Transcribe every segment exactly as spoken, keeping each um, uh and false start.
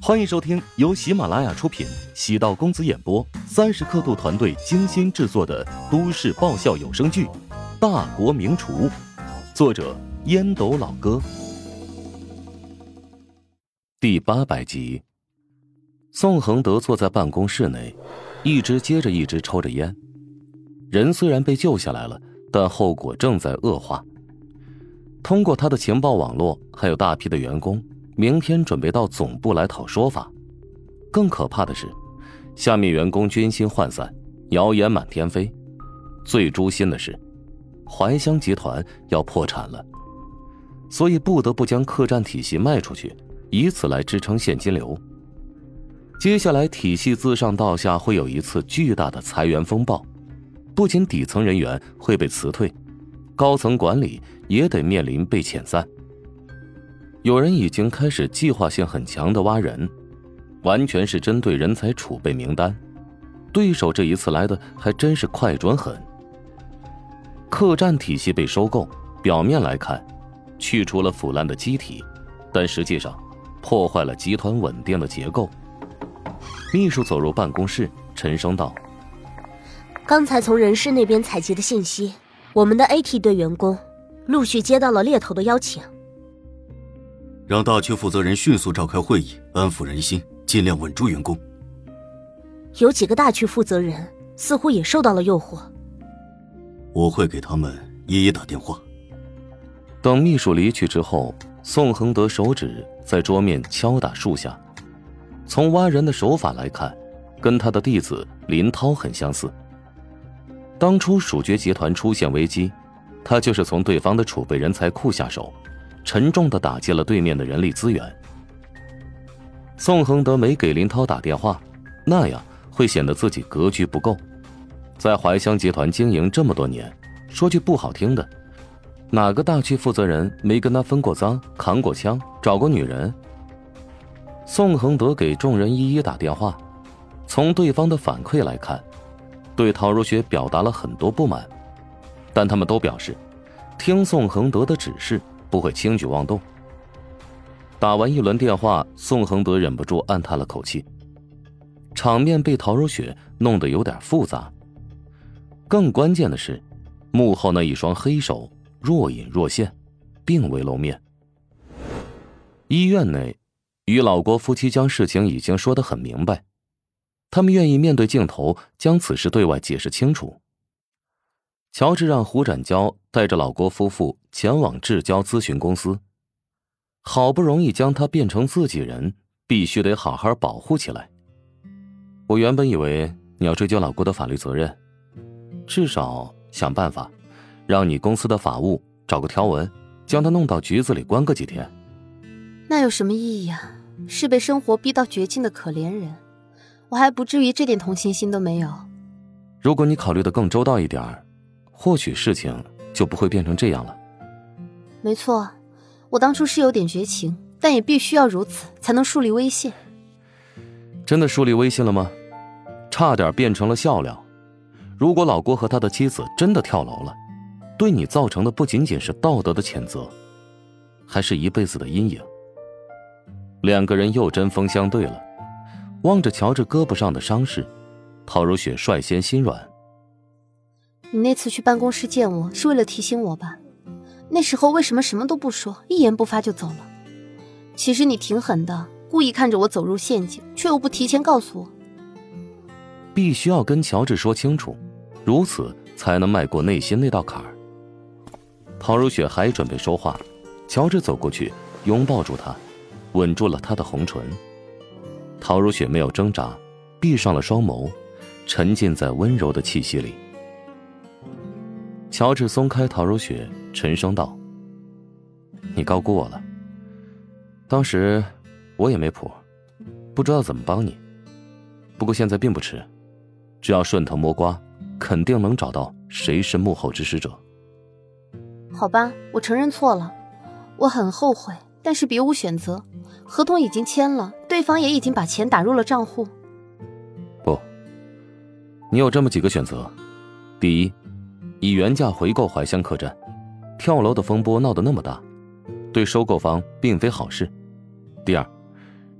欢迎收听由喜马拉雅出品，喜道公子演播，三十刻度团队精心制作的都市爆笑有声剧《大国名厨》，作者烟斗老哥。第八百集。宋恒德坐在办公室内，一直接着一直抽着烟。人虽然被救下来了，但后果正在恶化。通过他的情报网络，还有大批的员工，明天准备到总部来讨说法。更可怕的是，下面员工军心涣散，谣言满天飞。最诛心的是，怀香集团要破产了，所以不得不将客栈体系卖出去，以此来支撑现金流。接下来体系自上到下会有一次巨大的裁员风暴，不仅底层人员会被辞退，高层管理也得面临被遣散。有人已经开始计划性很强的挖人，完全是针对人才储备名单。对手这一次来的还真是快准狠。客栈体系被收购，表面来看去除了腐烂的机体，但实际上破坏了集团稳定的结构。秘书走入办公室，沉声道： 刚才从人事那边采集的信息，我们的 A T 队员工陆续接到了猎头的邀请。 让大区负责人迅速召开会议，安抚人心，尽量稳住员工。 有几个大区负责人似乎也受到了诱惑， 我会给他们一一打电话。 等秘书离去之后，宋恒德手指在桌面敲打数下。从挖人的手法来看，跟他的弟子林涛很相似。当初蜀爵集团出现危机，他就是从对方的储备人才库下手，沉重地打击了对面的人力资源。宋恒德没给林涛打电话，那样会显得自己格局不够。在怀香集团经营这么多年，说句不好听的，哪个大区负责人没跟他分过赃、扛过枪、找过女人？宋恒德给众人一一打电话，从对方的反馈来看，对陶如雪表达了很多不满，但他们都表示听宋恒德的指示，不会轻举妄动。打完一轮电话，宋恒德忍不住暗叹了口气，场面被陶如雪弄得有点复杂。更关键的是，幕后那一双黑手若隐若现，并未露面。医院内，于老国夫妻将事情已经说得很明白，他们愿意面对镜头，将此事对外解释清楚。乔治让胡展娇带着老郭夫妇前往至交咨询公司，好不容易将他变成自己人，必须得好好保护起来。我原本以为你要追究老郭的法律责任，至少想办法让你公司的法务找个条文，将他弄到局子里关个几天。 那有什么意义啊？是被生活逼到绝境的可怜人，我还不至于这点同情心都没有。 如果你考虑得更周到一点，或许事情就不会变成这样了。 没错，我当初是有点绝情，但也必须要如此才能树立威信。 真的树立威信了吗？差点变成了笑料。如果老郭和他的妻子真的跳楼了，对你造成的不仅仅是道德的谴责，还是一辈子的阴影。两个人又针锋相对了，望着乔治胳膊上的伤势，陶如雪率先心软。 你那次去办公室见我是为了提醒我吧？那时候为什么什么都不说，一言不发就走了？其实你挺狠的，故意看着我走入陷阱，却又不提前告诉我。 必须要跟乔治说清楚，如此才能迈过内心那道坎儿。陶如雪还准备说话，乔治走过去拥抱住她，吻住了她的红唇。陶如雪没有挣扎，闭上了双眸，沉浸在温柔的气息里。乔治松开陶如雪，沉声道：你高估我了，当时我也没谱，不知道怎么帮你，不过现在并不迟，只要顺藤摸瓜，肯定能找到谁是幕后指使者。 好吧，我承认错了，我很后悔，但是别无选择，合同已经签了，对方也已经把钱打入了账户。 不，你有这么几个选择。第一，以原价回购怀香客栈，跳楼的风波闹得那么大，对收购方并非好事。第二，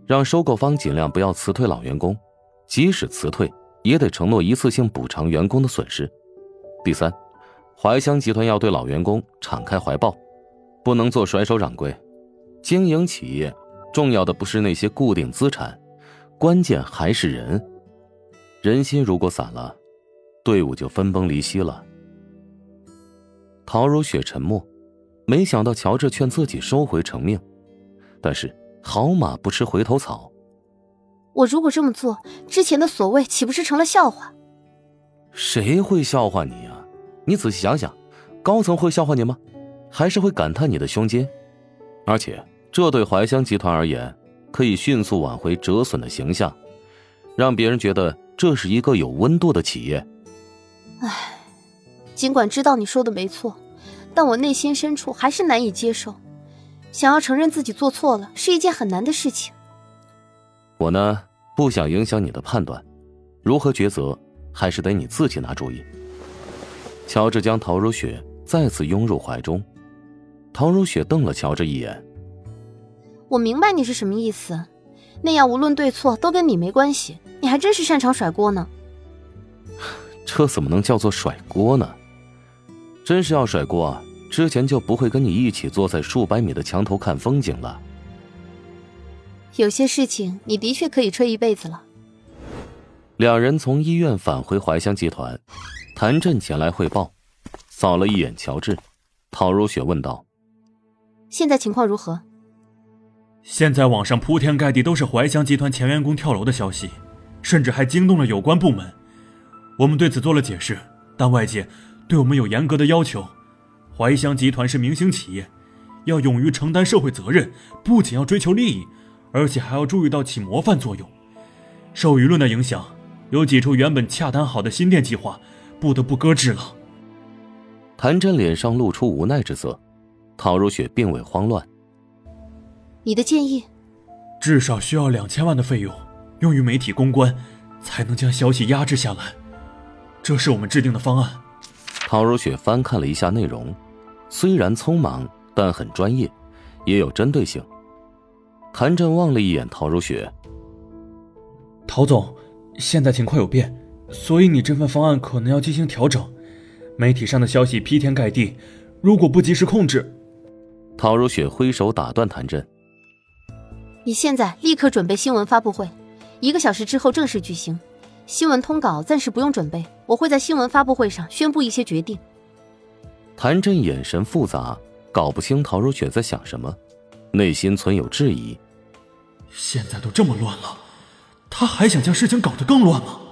让收购方尽量不要辞退老员工，即使辞退也得承诺一次性补偿员工的损失。第三，怀香集团要对老员工敞开怀抱，不能做甩手掌柜。经营企业重要的不是那些固定资产，关键还是人。人心如果散了，队伍就分崩离析了。陶如雪沉默，没想到乔治劝自己收回成命，但是好马不吃回头草。 我如果这么做，之前的所谓岂不是成了笑话？ 谁会笑话你啊？你仔细想想，高层会笑话你吗？还是会感叹你的胸襟？而且这对怀香集团而言，可以迅速挽回折损的形象，让别人觉得这是一个有温度的企业。 唉，尽管知道你说的没错，但我内心深处还是难以接受。想要承认自己做错了，是一件很难的事情。 我呢，不想影响你的判断，如何抉择，还是得你自己拿主意。乔治将陶如雪再次拥入怀中，陶如雪瞪了乔治一眼。 我明白你是什么意思，那样无论对错都跟你没关系，你还真是擅长甩锅呢。 这怎么能叫做甩锅呢？真是要甩锅啊，之前就不会跟你一起坐在数百米的墙头看风景了。 有些事情你的确可以吹一辈子了。 两人从医院返回怀香集团，谭震前来汇报，扫了一眼乔治，陶如雪问道： 现在情况如何？ 现在网上铺天盖地都是怀香集团前员工跳楼的消息，甚至还惊动了有关部门。我们对此做了解释，但外界对我们有严格的要求。怀香集团是明星企业，要勇于承担社会责任，不仅要追求利益，而且还要注意到起模范作用。受舆论的影响，有几处原本洽谈好的新店计划不得不搁置了。 谭震脸上露出无奈之色，陶如雪并未慌乱。 你的建议？ 至少需要两千万的费用，用于媒体公关，才能将消息压制下来。这是我们制定的方案。 陶如雪翻看了一下内容，虽然匆忙，但很专业，也有针对性。谭震望了一眼陶如雪。 陶总，现在情况有变，所以你这份方案可能要进行调整。媒体上的消息劈天盖地，如果不及时控制…… 陶如雪挥手打断谭震。 你现在立刻准备新闻发布会，一个小时之后正式举行。新闻通稿暂时不用准备，我会在新闻发布会上宣布一些决定。 谭震眼神复杂，搞不清陶如雪在想什么，内心存有质疑。 现在都这么乱了，他还想将事情搞得更乱吗？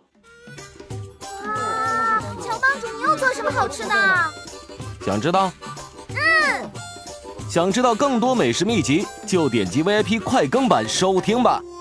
哇，乔帮主，你又做什么好吃的？ 想知道？ 嗯。 想知道更多美食秘籍，就点击 V I P 快更版收听吧。